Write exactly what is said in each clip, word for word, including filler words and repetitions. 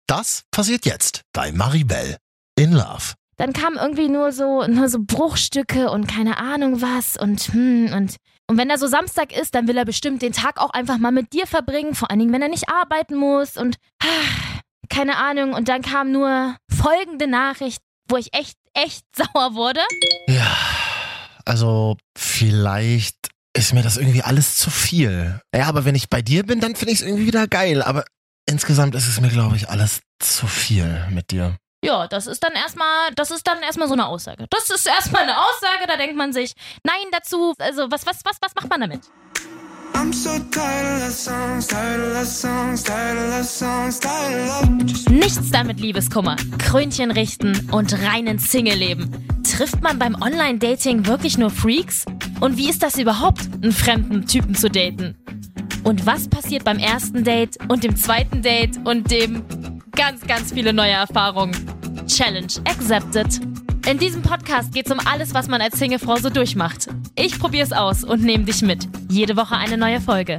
Das passiert jetzt bei Maribel in Love. Dann kamen irgendwie nur so, nur so Bruchstücke und keine Ahnung was und hm und und wenn da so Samstag ist, dann will er bestimmt den Tag auch einfach mal mit dir verbringen, vor allen Dingen, wenn er nicht arbeiten muss und ah, keine Ahnung. Und dann kam nur folgende Nachricht, wo ich echt, echt sauer wurde. Ja, also vielleicht ist mir das irgendwie alles zu viel. Ja, aber wenn ich bei dir bin, dann finde ich es irgendwie wieder geil. Aber insgesamt ist es mir, glaube ich, alles zu viel mit dir. Ja, das ist dann erstmal, das ist dann erstmal so eine Aussage. Das ist erstmal eine Aussage, da denkt man sich, nein dazu, also was, was, was, was macht man damit? I'm so tired of love songs, tired of love songs, tired of love songs, tired of love. Just Nichts damit Liebeskummer, Krönchen richten und rein ins Single-Leben. Trifft man beim Online-Dating wirklich nur Freaks? Und wie ist das überhaupt, einen fremden Typen zu daten? Und was passiert beim ersten Date und dem zweiten Date und dem ganz, ganz viele neue Erfahrungen? Challenge accepted. In diesem Podcast geht's um alles, was man als Singlefrau so durchmacht. Ich probier's aus und nehme dich mit. Jede Woche eine neue Folge.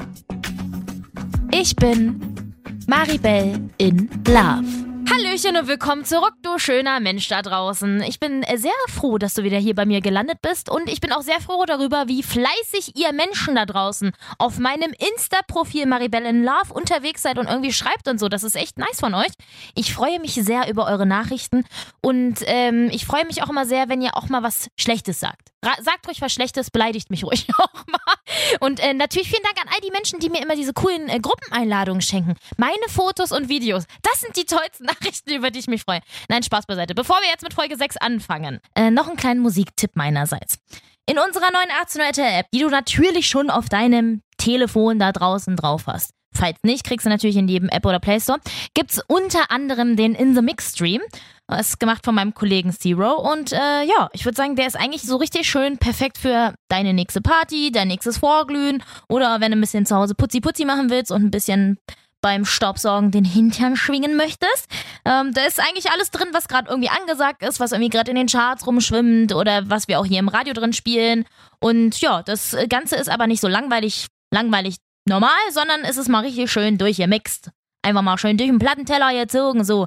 Ich bin Maribel in Love. Hallöchen und willkommen zurück, du schöner Mensch da draußen. Ich bin sehr froh, dass du wieder hier bei mir gelandet bist und ich bin auch sehr froh darüber, wie fleißig ihr Menschen da draußen auf meinem Insta-Profil Maribel in Love unterwegs seid und irgendwie schreibt und so. Das ist echt nice von euch. Ich freue mich sehr über eure Nachrichten und ähm, ich freue mich auch immer sehr, wenn ihr auch mal was Schlechtes sagt. Ra- sagt ruhig was Schlechtes, beleidigt mich ruhig auch mal. Und äh, natürlich vielen Dank an all die Menschen, die mir immer diese coolen äh, Gruppeneinladungen schenken. Meine Fotos und Videos, das sind die tollsten Nachrichten, über die ich mich freue. Nein, Spaß beiseite. Bevor wir jetzt mit Folge sechs anfangen, äh, noch einen kleinen Musiktipp meinerseits. In unserer neuen achtzehn Uhr R T L App, die du natürlich schon auf deinem Telefon da draußen drauf hast. Falls nicht, kriegst du natürlich in jedem App oder Play Store. Gibt's unter anderem den In the Mix Stream. Das ist gemacht von meinem Kollegen Zero. Und äh, ja, ich würde sagen, der ist eigentlich so richtig schön perfekt für deine nächste Party, dein nächstes Vorglühen oder wenn du ein bisschen zu Hause putzi-putzi machen willst und ein bisschen beim Staubsaugen den Hintern schwingen möchtest. Ähm, da ist eigentlich alles drin, was gerade irgendwie angesagt ist, was irgendwie gerade in den Charts rumschwimmt oder was wir auch hier im Radio drin spielen. Und ja, das Ganze ist aber nicht so langweilig, langweilig normal, sondern es ist mal richtig schön durchgemixt. Einfach mal schön durch den Plattenteller gezogen, so.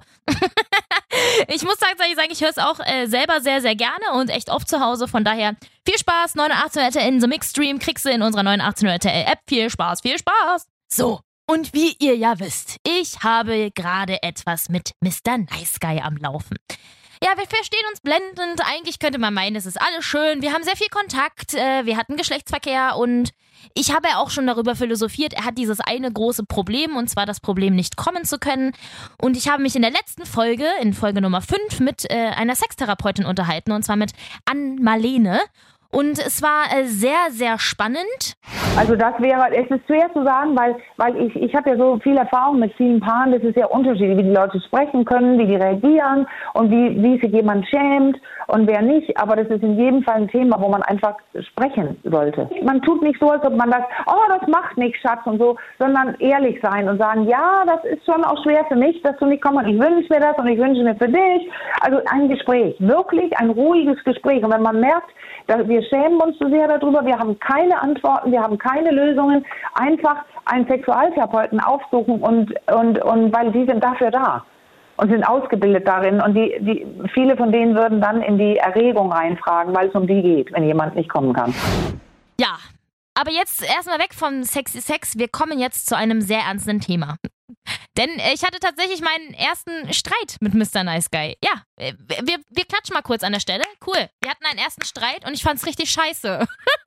Ich muss tatsächlich sagen, ich höre es auch äh, selber sehr, sehr gerne und echt oft zu Hause. Von daher viel Spaß, neun Uhr achtzehn Uhr R T L in The Mix Stream kriegst du in unserer neuen achtzehn Uhr R T L App. Viel Spaß, viel Spaß. So, und wie ihr ja wisst, ich habe gerade etwas mit Mister Nice Guy am Laufen. Ja, wir verstehen uns blendend. Eigentlich könnte man meinen, es ist alles schön. Wir haben sehr viel Kontakt. Äh, wir hatten Geschlechtsverkehr und ich habe ja auch schon darüber philosophiert. Er hat dieses eine große Problem und zwar das Problem, nicht kommen zu können. Und ich habe mich in der letzten Folge, in Folge Nummer fünf, mit äh, einer Sextherapeutin unterhalten und zwar mit Ann-Marlene. Und es war äh, sehr, sehr spannend. Also das wäre, es ist schwer zu sagen, weil, weil ich, ich habe ja so viel Erfahrung mit vielen Paaren, das ist ja unterschiedlich, wie die Leute sprechen können, wie die reagieren und wie, wie sich jemand schämt und wer nicht. Aber das ist in jedem Fall ein Thema, wo man einfach sprechen sollte. Man tut nicht so, als ob man sagt, oh, das macht nichts, Schatz und so, sondern ehrlich sein und sagen, ja, das ist schon auch schwer für mich, dass du nicht kommst. Ich wünsche mir das und ich wünsche mir für dich. Also ein Gespräch, wirklich ein ruhiges Gespräch. Und wenn man merkt, dass wir schämen uns zu sehr darüber, wir haben keine Antworten, wir haben keine Lösungen, einfach einen Sexualtherapeuten aufsuchen und, und, und weil die sind dafür da und sind ausgebildet darin und die, die, viele von denen würden dann in die Erregung reinfragen, weil es um die geht, wenn jemand nicht kommen kann. Ja, aber jetzt erstmal weg vom Sexy Sex. Wir kommen jetzt zu einem sehr ernsten Thema. Denn ich hatte tatsächlich meinen ersten Streit mit Mister Nice Guy. Ja, wir, wir klatschen mal kurz an der Stelle. Cool, wir hatten einen ersten Streit und ich fand's richtig scheiße.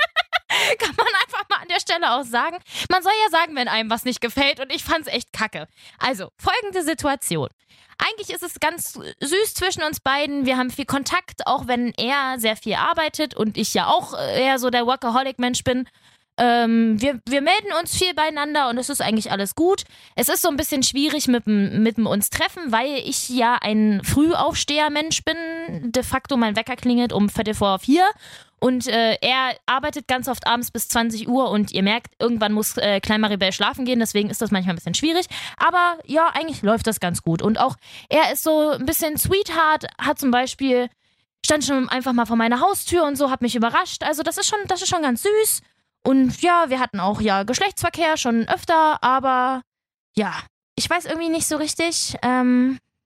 Kann man einfach mal an der Stelle auch sagen. Man soll ja sagen, wenn einem was nicht gefällt und ich fand's echt kacke. Also, folgende Situation. Eigentlich ist es ganz süß zwischen uns beiden. Wir haben viel Kontakt, auch wenn er sehr viel arbeitet und ich ja auch eher so der Workaholic-Mensch bin. Ähm, wir, wir melden uns viel beieinander und es ist eigentlich alles gut. Es ist so ein bisschen schwierig mit dem, mit dem uns treffen, weil ich ja ein Frühaufsteher-Mensch bin. De facto mein Wecker klingelt um Viertel vor vier und äh, er arbeitet ganz oft abends bis zwanzig Uhr und ihr merkt, irgendwann muss äh, Klein Maribel schlafen gehen, deswegen ist das manchmal ein bisschen schwierig. Aber ja, eigentlich läuft das ganz gut. Und auch er ist so ein bisschen Sweetheart, hat zum Beispiel, stand schon einfach mal vor meiner Haustür und so, hat mich überrascht. Also das ist schon, das ist schon ganz süß. Und ja, wir hatten auch ja Geschlechtsverkehr schon öfter, aber ja, ich weiß irgendwie nicht so richtig, ähm,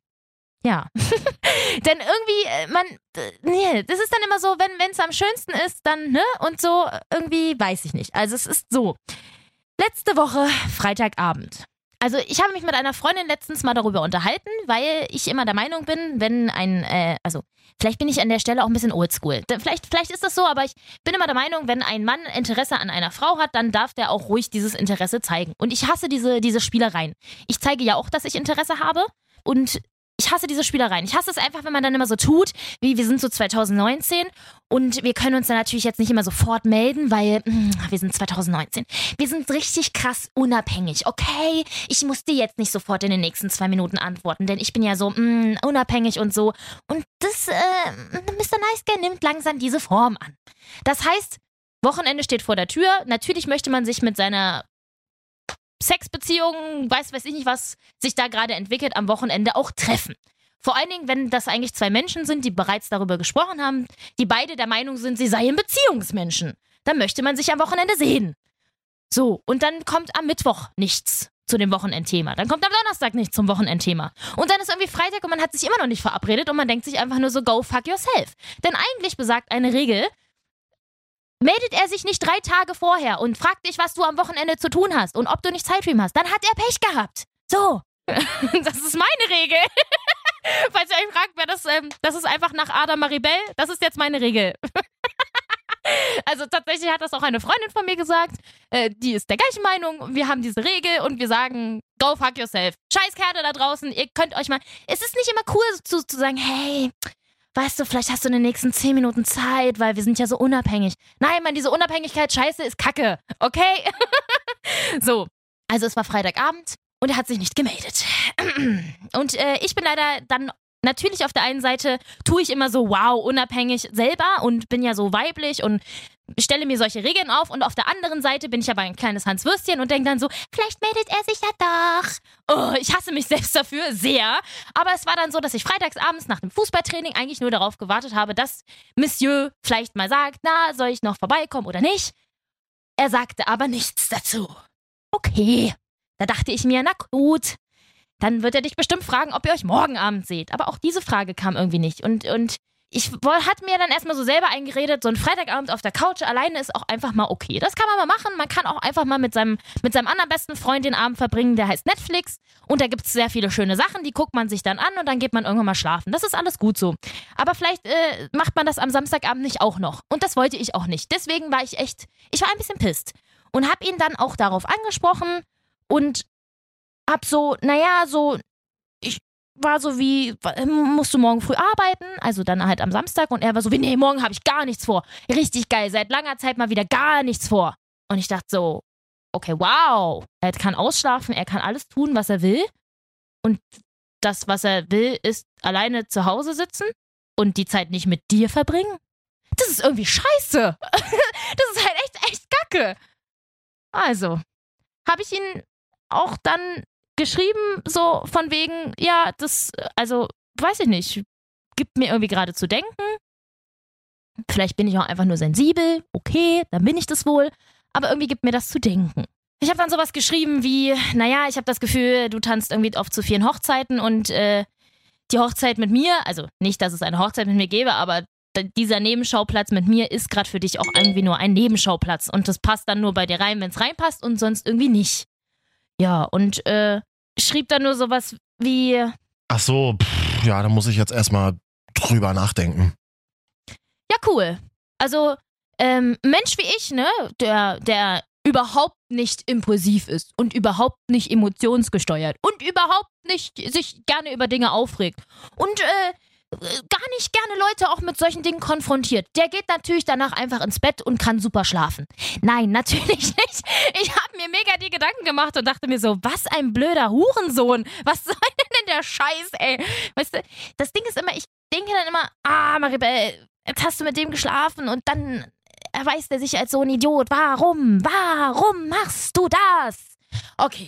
Ja. Denn irgendwie, äh, man, äh, nee, das ist dann immer so, wenn es am schönsten ist, dann, ne? Und so, irgendwie, weiß ich nicht. Also es ist so. Letzte Woche, Freitagabend. Also ich habe mich mit einer Freundin letztens mal darüber unterhalten, weil ich immer der Meinung bin, wenn ein, äh, also vielleicht bin ich an der Stelle auch ein bisschen oldschool. Vielleicht, vielleicht ist das so, aber ich bin immer der Meinung, wenn ein Mann Interesse an einer Frau hat, dann darf der auch ruhig dieses Interesse zeigen. Und ich hasse diese, diese Spielereien. Ich zeige ja auch, dass ich Interesse habe und ich hasse diese Spielereien. Ich hasse es einfach, wenn man dann immer so tut, wie wir sind so zwanzig neunzehn und wir können uns dann natürlich jetzt nicht immer sofort melden, weil mh, wir sind zwanzig neunzehn. Wir sind richtig krass unabhängig, okay? Ich muss dir jetzt nicht sofort in den nächsten zwei Minuten antworten, denn ich bin ja so mh, unabhängig und so. Und das, äh, Mister Nice Guy nimmt langsam diese Form an. Das heißt, Wochenende steht vor der Tür. Natürlich möchte man sich mit seiner Sexbeziehungen, weiß weiß ich nicht was, sich da gerade entwickelt, am Wochenende auch treffen. Vor allen Dingen, wenn das eigentlich zwei Menschen sind, die bereits darüber gesprochen haben, die beide der Meinung sind, sie seien Beziehungsmenschen. Dann möchte man sich am Wochenende sehen. So, und dann kommt am Mittwoch nichts zu dem Wochenendthema. Dann kommt am Donnerstag nichts zum Wochenendthema. Und dann ist irgendwie Freitag und man hat sich immer noch nicht verabredet und man denkt sich einfach nur so, go fuck yourself. Denn eigentlich besagt eine Regel, meldet er sich nicht drei Tage vorher und fragt dich, was du am Wochenende zu tun hast und ob du nicht Zeit für ihn hast, dann hat er Pech gehabt. So. Das ist meine Regel. Falls ihr euch fragt, wer das, ähm, das ist einfach nach Ada Maribel. Das ist jetzt meine Regel. Also tatsächlich hat das auch eine Freundin von mir gesagt. Äh, die ist der gleichen Meinung. Wir haben diese Regel und wir sagen, go fuck yourself. Scheiß Kerle da draußen, ihr könnt euch mal... Es ist nicht immer cool zu, zu sagen, hey... Weißt du, vielleicht hast du in den nächsten zehn Minuten Zeit, weil wir sind ja so unabhängig. Nein, Mann, diese Unabhängigkeit, scheiße, ist Kacke. Okay? So, also es war Freitagabend und er hat sich nicht gemeldet. Und äh, ich bin leider dann natürlich auf der einen Seite, tue ich immer so, wow, unabhängig selber und bin ja so weiblich und stelle mir solche Regeln auf und auf der anderen Seite bin ich aber ein kleines Hanswürstchen und denke dann so, vielleicht meldet er sich ja doch. Oh, ich hasse mich selbst dafür, sehr. Aber es war dann so, dass ich freitagsabends nach dem Fußballtraining eigentlich nur darauf gewartet habe, dass Monsieur vielleicht mal sagt, na, soll ich noch vorbeikommen oder nicht? Er sagte aber nichts dazu. Okay, da dachte ich mir, na gut, dann wird er dich bestimmt fragen, ob ihr euch morgen Abend seht. Aber auch diese Frage kam irgendwie nicht und, und ich hatte mir dann erstmal so selber eingeredet, so ein Freitagabend auf der Couch alleine ist auch einfach mal okay. Das kann man mal machen. Man kann auch einfach mal mit seinem, mit seinem anderen besten Freund den Abend verbringen, der heißt Netflix. Und da gibt es sehr viele schöne Sachen, die guckt man sich dann an und dann geht man irgendwann mal schlafen. Das ist alles gut so. Aber vielleicht äh, macht man das am Samstagabend nicht auch noch. Und das wollte ich auch nicht. Deswegen war ich echt, ich war ein bisschen pisst. Und habe ihn dann auch darauf angesprochen und hab so, naja, so, ich war so wie, musst du morgen früh arbeiten? Also dann halt am Samstag. Und er war so wie, nee, morgen habe ich gar nichts vor. Richtig geil, seit langer Zeit mal wieder gar nichts vor. Und ich dachte so, okay, wow. Er kann ausschlafen, er kann alles tun, was er will. Und das, was er will, ist alleine zu Hause sitzen und die Zeit nicht mit dir verbringen. Das ist irgendwie scheiße. Das ist halt echt, echt kacke. Also, habe ich ihn auch dann geschrieben, so von wegen, ja, das, also, weiß ich nicht, gibt mir irgendwie gerade zu denken. Vielleicht bin ich auch einfach nur sensibel, okay, dann bin ich das wohl, aber irgendwie gibt mir das zu denken. Ich habe dann sowas geschrieben wie, naja, ich habe das Gefühl, du tanzt irgendwie oft zu vielen Hochzeiten und äh, die Hochzeit mit mir, also nicht, dass es eine Hochzeit mit mir gäbe, aber dieser Nebenschauplatz mit mir ist gerade für dich auch irgendwie nur ein Nebenschauplatz und das passt dann nur bei dir rein, wenn es reinpasst und sonst irgendwie nicht. Ja, und äh, schrieb dann nur sowas wie... Ach so, pff, ja, da muss ich jetzt erstmal drüber nachdenken. Ja, cool. Also, ähm, Mensch wie ich, ne, der, der überhaupt nicht impulsiv ist und überhaupt nicht emotionsgesteuert und überhaupt nicht sich gerne über Dinge aufregt und äh, gar nicht gerne Leute auch mit solchen Dingen konfrontiert. Der geht natürlich danach einfach ins Bett und kann super schlafen. Nein, natürlich nicht. Ich habe mir mega die Gedanken gemacht und dachte mir so, was ein blöder Hurensohn. Was soll denn der Scheiß, ey? Weißt du, das Ding ist immer, ich denke dann immer, ah, Maribel, jetzt hast du mit dem geschlafen und dann erweist er sich als so ein Idiot. Warum? Warum machst du das? Okay.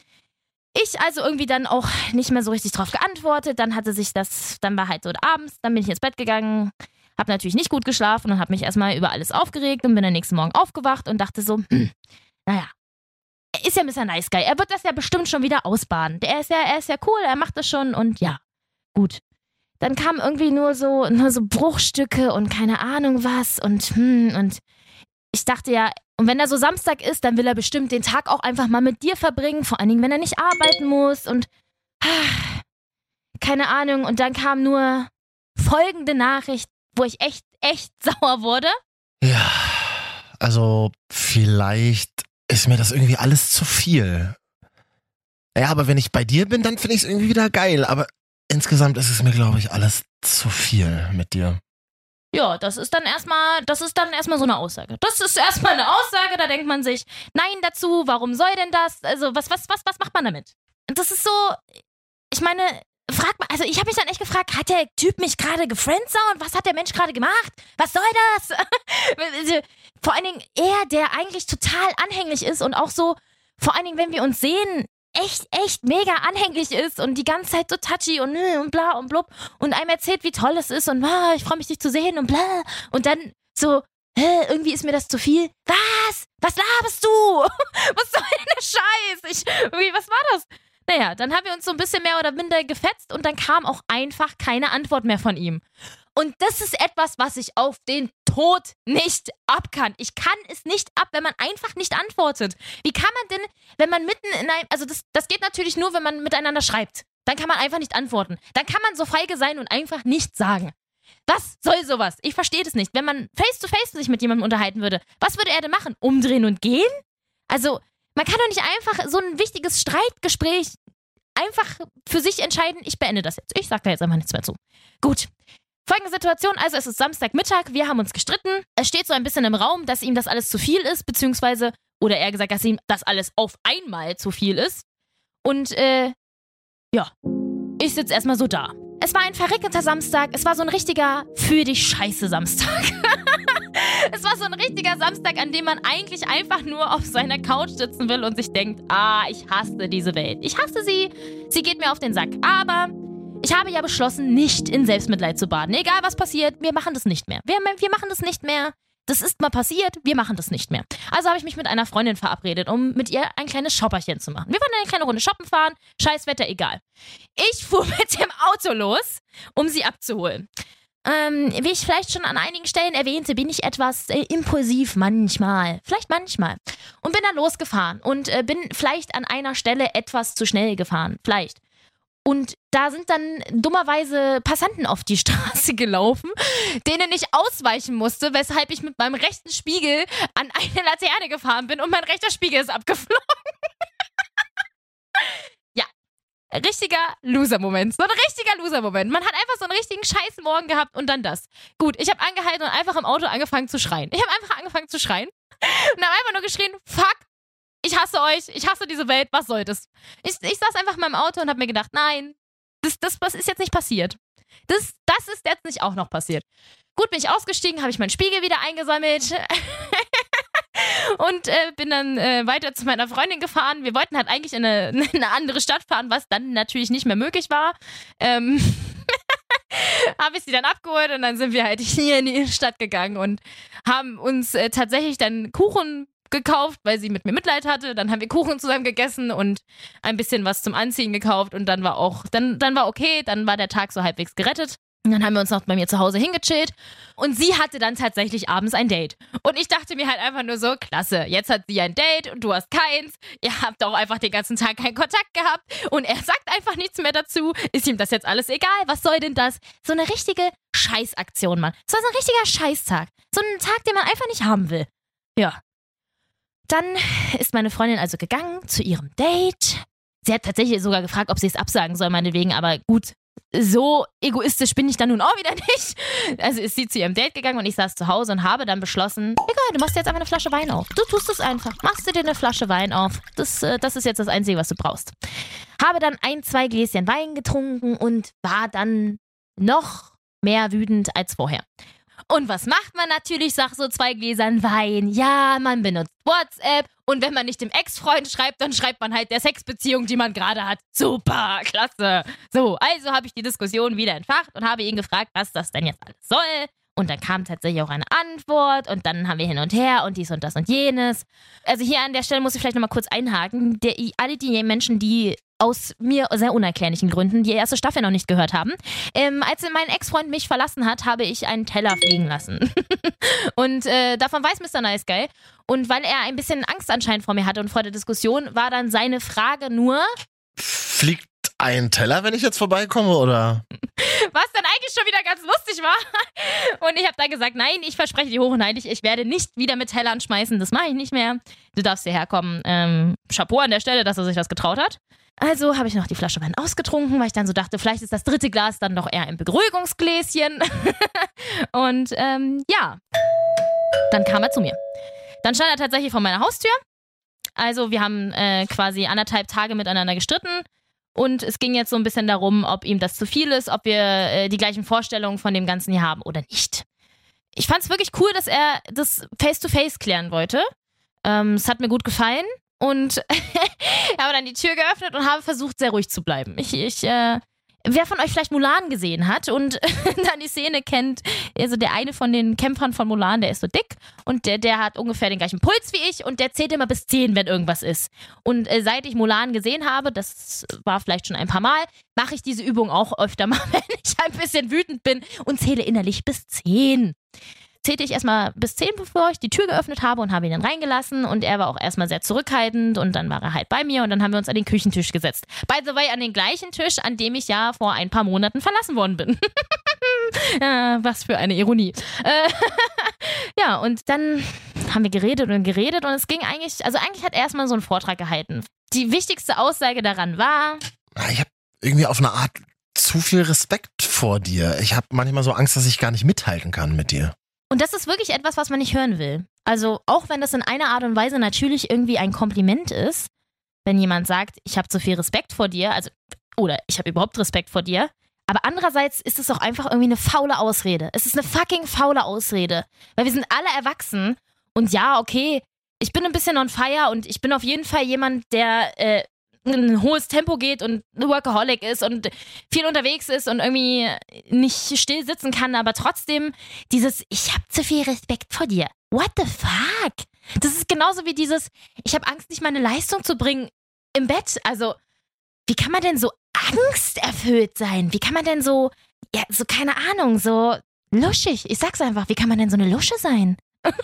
Ich also irgendwie dann auch nicht mehr so richtig drauf geantwortet. Dann hatte sich das, dann war halt so abends, dann bin ich ins Bett gegangen, hab natürlich nicht gut geschlafen und hab mich erstmal über alles aufgeregt und bin am nächsten Morgen aufgewacht und dachte so, hm, naja, er ist ja Mister Nice Guy. Er wird das ja bestimmt schon wieder ausbaden. Er ist ja, er ist ja cool, er macht das schon und ja, gut. dann kamen irgendwie nur so, nur so Bruchstücke und keine Ahnung was und hm, und ich dachte ja, und wenn er so Samstag ist, dann will er bestimmt den Tag auch einfach mal mit dir verbringen, vor allen Dingen, wenn er nicht arbeiten muss und ah, keine Ahnung. Und dann kam nur folgende Nachricht, wo ich echt, echt sauer wurde. Ja, also vielleicht ist mir das irgendwie alles zu viel. Ja, aber wenn ich bei dir bin, dann finde ich es irgendwie wieder geil. Aber insgesamt ist es mir, glaube ich, alles zu viel mit dir. Ja, das ist dann erstmal, das ist dann erstmal so eine Aussage. Das ist erstmal eine Aussage, da denkt man sich, nein dazu, warum soll denn das? Also, was, was, was, was macht man damit? Und das ist so, ich meine, frag mal, also ich habe mich dann echt gefragt, hat der Typ mich gerade gefriendzoned? Was hat der Mensch gerade gemacht? Was soll das? Vor allen Dingen er, der eigentlich total anhänglich ist und auch so, vor allen Dingen, wenn wir uns sehen, echt, echt mega anhänglich ist und die ganze Zeit so touchy und, und bla und blub und einem erzählt, wie toll es ist und ah, ich freue mich, dich zu sehen und bla. Und dann so, hä, irgendwie ist mir das zu viel. Was? Was laberst du? Was soll denn der Scheiß? Ich, irgendwie, was war das? Naja, dann haben wir uns so ein bisschen mehr oder minder gefetzt und dann kam auch einfach keine Antwort mehr von ihm. Und das ist etwas, was ich auf den Tod nicht ab kann. Ich kann es nicht ab, wenn man einfach nicht antwortet. Wie kann man denn, wenn man mitten in einem, also das, das geht natürlich nur, wenn man miteinander schreibt. Dann kann man einfach nicht antworten. Dann kann man so feige sein und einfach nichts sagen. Was soll sowas? Ich verstehe das nicht. Wenn man face-to-face sich mit jemandem unterhalten würde, was würde er denn machen? Umdrehen und gehen? Also, man kann doch nicht einfach so ein wichtiges Streitgespräch einfach für sich entscheiden, ich beende das jetzt. Ich sag da jetzt einfach nichts mehr zu. Gut. Folgende Situation, also es ist Samstagmittag, wir haben uns gestritten. Es steht so ein bisschen im Raum, dass ihm das alles zu viel ist, beziehungsweise, oder eher gesagt, dass ihm das alles auf einmal zu viel ist. Und, äh, ja, ich sitze erstmal so da. Es war ein verregneter Samstag, es war so ein richtiger für dich scheiße Samstag. Es war so ein richtiger Samstag, an dem man eigentlich einfach nur auf seiner Couch sitzen will und sich denkt, ah, ich hasse diese Welt. Ich hasse sie, sie geht mir auf den Sack. Aber ich habe ja beschlossen, nicht in Selbstmitleid zu baden. Egal was passiert, wir machen das nicht mehr. Wir, wir machen das nicht mehr. Das ist mal passiert, wir machen das nicht mehr. Also habe ich mich mit einer Freundin verabredet, um mit ihr ein kleines Shopperchen zu machen. Wir wollen eine kleine Runde shoppen fahren, scheiß Wetter, egal. Ich fuhr mit dem Auto los, um sie abzuholen. Ähm, wie ich vielleicht schon an einigen Stellen erwähnte, bin ich etwas äh, impulsiv manchmal. Vielleicht manchmal. Und bin dann losgefahren und äh, bin vielleicht an einer Stelle etwas zu schnell gefahren. Vielleicht. Und da sind dann dummerweise Passanten auf die Straße gelaufen, denen ich ausweichen musste, weshalb ich mit meinem rechten Spiegel an eine Laterne gefahren bin und mein rechter Spiegel ist abgeflogen. Ja, richtiger Loser-Moment. So ein richtiger Loser-Moment. Man hat einfach so einen richtigen scheiß Morgen gehabt und dann das. Gut, ich habe angehalten und einfach im Auto angefangen zu schreien. Ich habe einfach angefangen zu schreien und habe einfach nur geschrien, fuck. Ich hasse euch, ich hasse diese Welt, was soll das? Ich, ich saß einfach in meinem Auto und hab mir gedacht, nein, das, das, das ist jetzt nicht passiert. Das, das ist jetzt nicht auch noch passiert. Gut, bin ich ausgestiegen, habe ich meinen Spiegel wieder eingesammelt und äh, bin dann äh, weiter zu meiner Freundin gefahren. Wir wollten halt eigentlich in eine, in eine andere Stadt fahren, was dann natürlich nicht mehr möglich war. Ähm, habe ich sie dann abgeholt und dann sind wir halt hier in die Stadt gegangen und haben uns äh, tatsächlich dann Kuchen gekauft, weil sie mit mir Mitleid hatte. Dann haben wir Kuchen zusammen gegessen und ein bisschen was zum Anziehen gekauft und dann war auch, dann, dann war okay, dann war der Tag so halbwegs gerettet. Und dann haben wir uns noch bei mir zu Hause hingechillt und sie hatte dann tatsächlich abends ein Date. Und ich dachte mir halt einfach nur so, klasse, jetzt hat sie ein Date und du hast keins. Ihr habt auch einfach den ganzen Tag keinen Kontakt gehabt und er sagt einfach nichts mehr dazu. Ist ihm das jetzt alles egal? Was soll denn das? So eine richtige Scheißaktion, Mann. Es war so ein richtiger Scheißtag. So ein Tag, den man einfach nicht haben will. Ja. Dann ist meine Freundin also gegangen zu ihrem Date. Sie hat tatsächlich sogar gefragt, ob sie es absagen soll, meinetwegen, aber gut, so egoistisch bin ich dann nun auch wieder nicht. Also ist sie zu ihrem Date gegangen und ich saß zu Hause und habe dann beschlossen, egal, du machst dir jetzt einfach eine Flasche Wein auf. Du tust es einfach. Machst du dir eine Flasche Wein auf. Das, das ist jetzt das Einzige, was du brauchst. Habe dann ein, zwei Gläschen Wein getrunken und war dann noch mehr wütend als vorher. Und was macht man natürlich, sag so zwei Gläsern Wein? Ja, man benutzt WhatsApp und wenn man nicht dem Ex-Freund schreibt, dann schreibt man halt der Sexbeziehung, die man gerade hat. Super, klasse. So, also habe ich die Diskussion wieder entfacht und habe ihn gefragt, was das denn jetzt alles soll. Und dann kam tatsächlich auch eine Antwort und dann haben wir hin und her und dies und das und jenes. Also hier an der Stelle muss ich vielleicht nochmal kurz einhaken. Der, alle die Menschen, die Aus mir sehr unerklärlichen Gründen, die erste Staffel noch nicht gehört haben. Ähm, als mein Ex-Freund mich verlassen hat, habe ich einen Teller fliegen lassen. Und äh, davon weiß Mister Nice Guy. Und weil er ein bisschen Angst anscheinend vor mir hatte und vor der Diskussion, war dann seine Frage nur... Fliegt ein Teller, wenn ich jetzt vorbeikomme, oder? Was dann eigentlich schon wieder ganz lustig war. Und ich habe dann gesagt, nein, ich verspreche dir hoch und heilig, ich werde nicht wieder mit Tellern schmeißen, das mache ich nicht mehr. Du darfst hierher kommen. Ähm, Chapeau an der Stelle, dass er sich das getraut hat. Also habe ich noch die Flasche Wein ausgetrunken, weil ich dann so dachte, vielleicht ist das dritte Glas dann doch eher ein Beruhigungsgläschen. Und ähm, ja, dann kam er zu mir. Dann stand er tatsächlich vor meiner Haustür. Also wir haben äh, quasi anderthalb Tage miteinander gestritten. Und es ging jetzt so ein bisschen darum, ob ihm das zu viel ist, ob wir äh, die gleichen Vorstellungen von dem Ganzen hier haben oder nicht. Ich fand es wirklich cool, dass er das face-to-face klären wollte. Ähm, es hat mir gut gefallen. Und habe dann die Tür geöffnet und habe versucht, sehr ruhig zu bleiben. Ich, ich, äh, wer von euch vielleicht Mulan gesehen hat und dann die Szene kennt, also der eine von den Kämpfern von Mulan, der ist so dick und der, der hat ungefähr den gleichen Puls wie ich und der zählt immer bis zehn, wenn irgendwas ist. Und äh, seit ich Mulan gesehen habe, das war vielleicht schon ein paar Mal, mache ich diese Übung auch öfter mal, wenn ich ein bisschen wütend bin und zähle innerlich bis zehn. Zählte ich erstmal bis zehn, bevor ich die Tür geöffnet habe und habe ihn dann reingelassen und er war auch erstmal sehr zurückhaltend und dann war er halt bei mir und dann haben wir uns an den Küchentisch gesetzt. By the way, an den gleichen Tisch, an dem ich ja vor ein paar Monaten verlassen worden bin. äh, was für eine Ironie. Äh, ja, und dann haben wir geredet und geredet und es ging eigentlich, also eigentlich hat er erstmal so einen Vortrag gehalten. Die wichtigste Aussage daran war... Ich habe irgendwie auf eine Art zu viel Respekt vor dir. Ich habe manchmal so Angst, dass ich gar nicht mithalten kann mit dir. Und das ist wirklich etwas, was man nicht hören will. Also auch wenn das in einer Art und Weise natürlich irgendwie ein Kompliment ist, wenn jemand sagt, ich habe zu viel Respekt vor dir, also oder ich habe überhaupt Respekt vor dir, aber andererseits ist es auch einfach irgendwie eine faule Ausrede. Es ist eine fucking faule Ausrede, weil wir sind alle erwachsen und ja, okay, ich bin ein bisschen on fire und ich bin auf jeden Fall jemand, der äh, ein hohes Tempo geht und ein Workaholic ist und viel unterwegs ist und irgendwie nicht still sitzen kann, aber trotzdem dieses, ich habe zu viel Respekt vor dir. What the fuck? Das ist genauso wie dieses, ich habe Angst, nicht meine Leistung zu bringen im Bett. Also, wie kann man denn so angsterfüllt sein? Wie kann man denn so, ja, so keine Ahnung, so luschig? Ich sag's einfach, wie kann man denn so eine Lusche sein?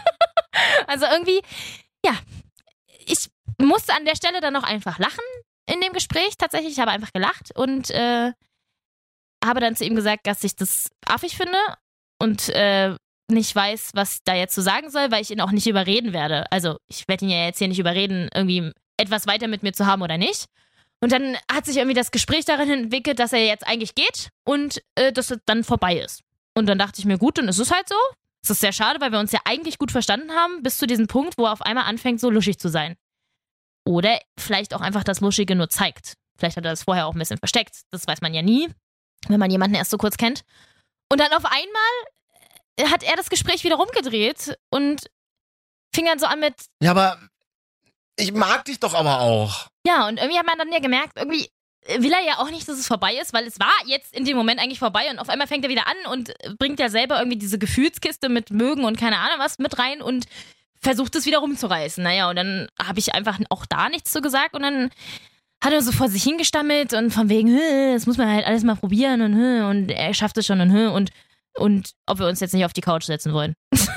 Also irgendwie, ja, ich musste an der Stelle dann noch einfach lachen. In dem Gespräch tatsächlich, ich habe einfach gelacht und äh, habe dann zu ihm gesagt, dass ich das affig finde und äh, nicht weiß, was ich da jetzt zu sagen soll, weil ich ihn auch nicht überreden werde. Also ich werde ihn ja jetzt hier nicht überreden, irgendwie etwas weiter mit mir zu haben oder nicht. Und dann hat sich irgendwie das Gespräch darin entwickelt, dass er jetzt eigentlich geht und äh, dass es dann vorbei ist. Und dann dachte ich mir, gut, dann ist es halt so. Es ist sehr schade, weil wir uns ja eigentlich gut verstanden haben, bis zu diesem Punkt, wo er auf einmal anfängt, so luschig zu sein. Oder vielleicht auch einfach das Luschige nur zeigt. Vielleicht hat er das vorher auch ein bisschen versteckt. Das weiß man ja nie, wenn man jemanden erst so kurz kennt. Und dann auf einmal hat er das Gespräch wieder rumgedreht und fing dann so an mit... Ja, aber ich mag dich doch aber auch. Ja, und irgendwie hat man dann ja gemerkt, irgendwie will er ja auch nicht, dass es vorbei ist, weil es war jetzt in dem Moment eigentlich vorbei und auf einmal fängt er wieder an und bringt ja selber irgendwie diese Gefühlskiste mit Mögen und keine Ahnung was mit rein und versucht es wieder rumzureißen. Naja, und dann habe ich einfach auch da nichts zu gesagt und dann hat er so vor sich hingestammelt und von wegen, das muss man halt alles mal probieren und, und er schafft es schon und, und, und ob wir uns jetzt nicht auf die Couch setzen wollen.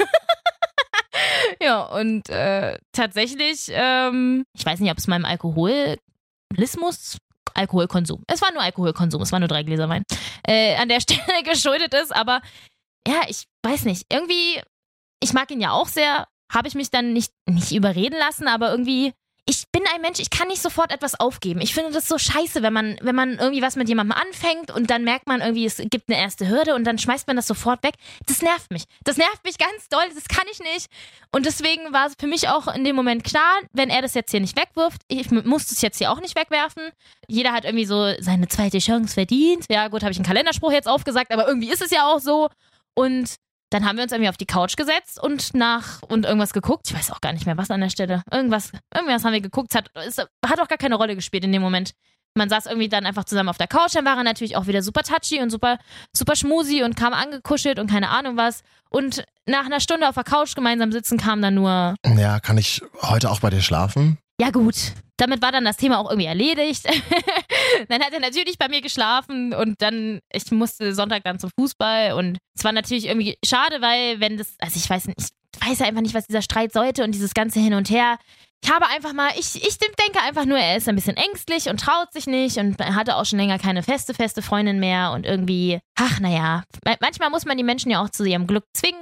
Ja, und äh, tatsächlich, ähm, ich weiß nicht, ob es meinem Alkoholismus, Alkoholkonsum, es war nur Alkoholkonsum, es war nur drei Gläser Wein, äh, an der Stelle geschuldet ist, aber ja, ich weiß nicht, irgendwie, ich mag ihn ja auch sehr, habe ich mich dann nicht, nicht überreden lassen, aber irgendwie, ich bin ein Mensch, ich kann nicht sofort etwas aufgeben. Ich finde das so scheiße, wenn man, wenn man irgendwie was mit jemandem anfängt und dann merkt man irgendwie, es gibt eine erste Hürde und dann schmeißt man das sofort weg. Das nervt mich. Das nervt mich ganz doll, das kann ich nicht. Und deswegen war es für mich auch in dem Moment klar, wenn er das jetzt hier nicht wegwirft, ich muss das jetzt hier auch nicht wegwerfen. Jeder hat irgendwie so seine zweite Chance verdient. Ja gut, habe ich einen Kalenderspruch jetzt aufgesagt, aber irgendwie ist es ja auch so. Und dann haben wir uns irgendwie auf die Couch gesetzt und nach und irgendwas geguckt. Ich weiß auch gar nicht mehr, was an der Stelle. Irgendwas, irgendwas haben wir geguckt. Es hat, es hat auch gar keine Rolle gespielt in dem Moment. Man saß irgendwie dann einfach zusammen auf der Couch. Dann war er natürlich auch wieder super touchy und super, super schmusi und kam angekuschelt und keine Ahnung was. Und nach einer Stunde auf der Couch gemeinsam sitzen kam dann nur... Ja, kann ich heute auch bei dir schlafen? ja gut, damit war dann das Thema auch irgendwie erledigt. Dann hat er natürlich bei mir geschlafen und dann, ich musste Sonntag dann zum Fußball und es war natürlich irgendwie schade, weil wenn das, also ich weiß nicht, ich weiß ja einfach nicht, was dieser Streit sollte und dieses ganze Hin und Her. Ich habe einfach mal, ich, ich denke einfach nur, er ist ein bisschen ängstlich und traut sich nicht und er hatte auch schon länger keine feste, feste Freundin mehr und irgendwie, ach naja, manchmal muss man die Menschen ja auch zu ihrem Glück zwingen.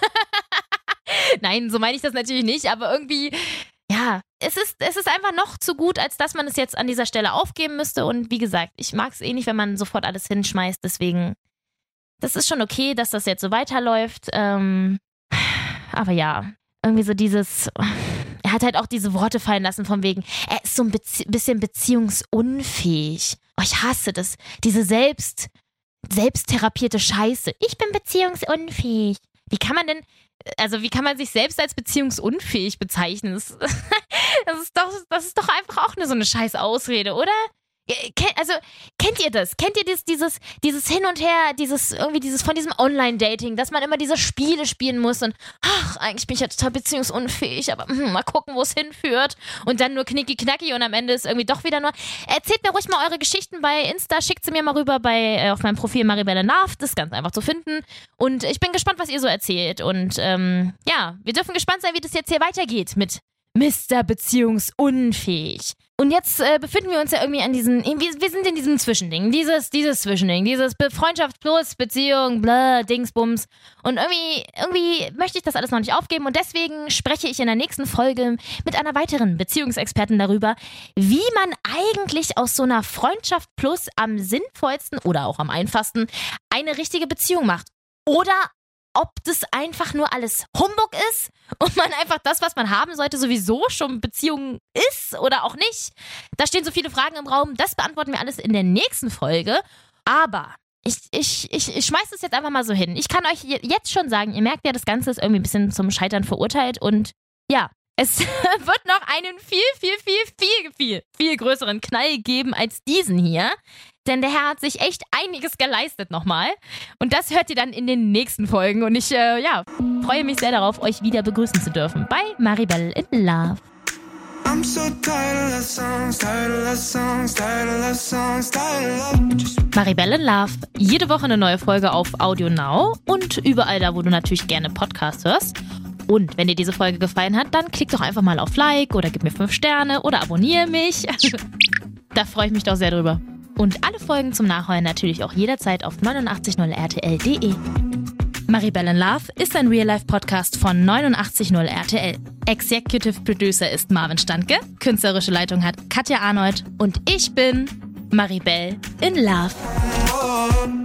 Nein, so meine ich das natürlich nicht, aber irgendwie, ja, es ist, es ist einfach noch zu gut, als dass man es jetzt an dieser Stelle aufgeben müsste und wie gesagt, ich mag es eh nicht, wenn man sofort alles hinschmeißt, deswegen, das ist schon okay, dass das jetzt so weiterläuft, ähm, aber ja, irgendwie so dieses, er hat halt auch diese Worte fallen lassen von wegen, er ist so ein Bezie- bisschen beziehungsunfähig. Oh, ich hasse das, diese selbst, selbsttherapierte Scheiße. Ich bin beziehungsunfähig. Wie kann man denn, also wie kann man sich selbst als beziehungsunfähig bezeichnen? Das, das, ist, doch, das ist doch einfach auch nur so eine scheiß Ausrede, oder? Also, kennt ihr das? Kennt ihr das, dieses, dieses Hin und Her, dieses, irgendwie dieses von diesem Online-Dating, dass man immer diese Spiele spielen muss und ach, eigentlich bin ich ja total beziehungsunfähig, aber hm, mal gucken, wo es hinführt und dann nur knicki-knacki und am Ende ist irgendwie doch wieder nur, erzählt mir ruhig mal eure Geschichten bei Insta, schickt sie mir mal rüber bei, äh, auf meinem Profil Maribel in Love, das ist ganz einfach zu finden und ich bin gespannt, was ihr so erzählt und ähm, ja, wir dürfen gespannt sein, wie das jetzt hier weitergeht mit Mister Beziehungsunfähig. Und jetzt äh, befinden wir uns ja irgendwie an diesen, wir, wir sind in diesem Zwischending, dieses, dieses Zwischending, dieses Be- Freundschaft plus Beziehung, bla, Dingsbums. Und irgendwie, irgendwie möchte ich das alles noch nicht aufgeben und deswegen spreche ich in der nächsten Folge mit einer weiteren Beziehungsexpertin darüber, wie man eigentlich aus so einer Freundschaft plus am sinnvollsten oder auch am einfachsten eine richtige Beziehung macht. Oder ob das einfach nur alles Humbug ist und man einfach das, was man haben sollte, sowieso schon Beziehung ist oder auch nicht. Da stehen so viele Fragen im Raum. Das beantworten wir alles in der nächsten Folge. Aber ich, ich, ich, ich schmeiß das jetzt einfach mal so hin. Ich kann euch jetzt schon sagen, ihr merkt ja, das Ganze ist irgendwie ein bisschen zum Scheitern verurteilt und ja, es wird noch einen viel, viel, viel, viel, viel, viel größeren Knall geben als diesen hier. Denn der Herr hat sich echt einiges geleistet nochmal. Und das hört ihr dann in den nächsten Folgen. Und ich, äh, ja, freue mich sehr darauf, euch wieder begrüßen zu dürfen bei Maribel in Love. I'm so tired of songs, tired of songs, tired of songs, tired of Maribel in Love. Jede Woche eine neue Folge auf Audio Now und überall da, wo du natürlich gerne Podcasts hörst. Und wenn dir diese Folge gefallen hat, dann klick doch einfach mal auf Like oder gib mir fünf Sterne oder abonniere mich. Da freue ich mich doch sehr drüber. Und alle Folgen zum Nachhören natürlich auch jederzeit auf neunundachtzig null R T L Punkt de. Maribel in Love ist ein Real-Life-Podcast von neunundachtzig null R T L. Executive Producer ist Marvin Standke, künstlerische Leitung hat Katja Arnold und ich bin Maribel in Love.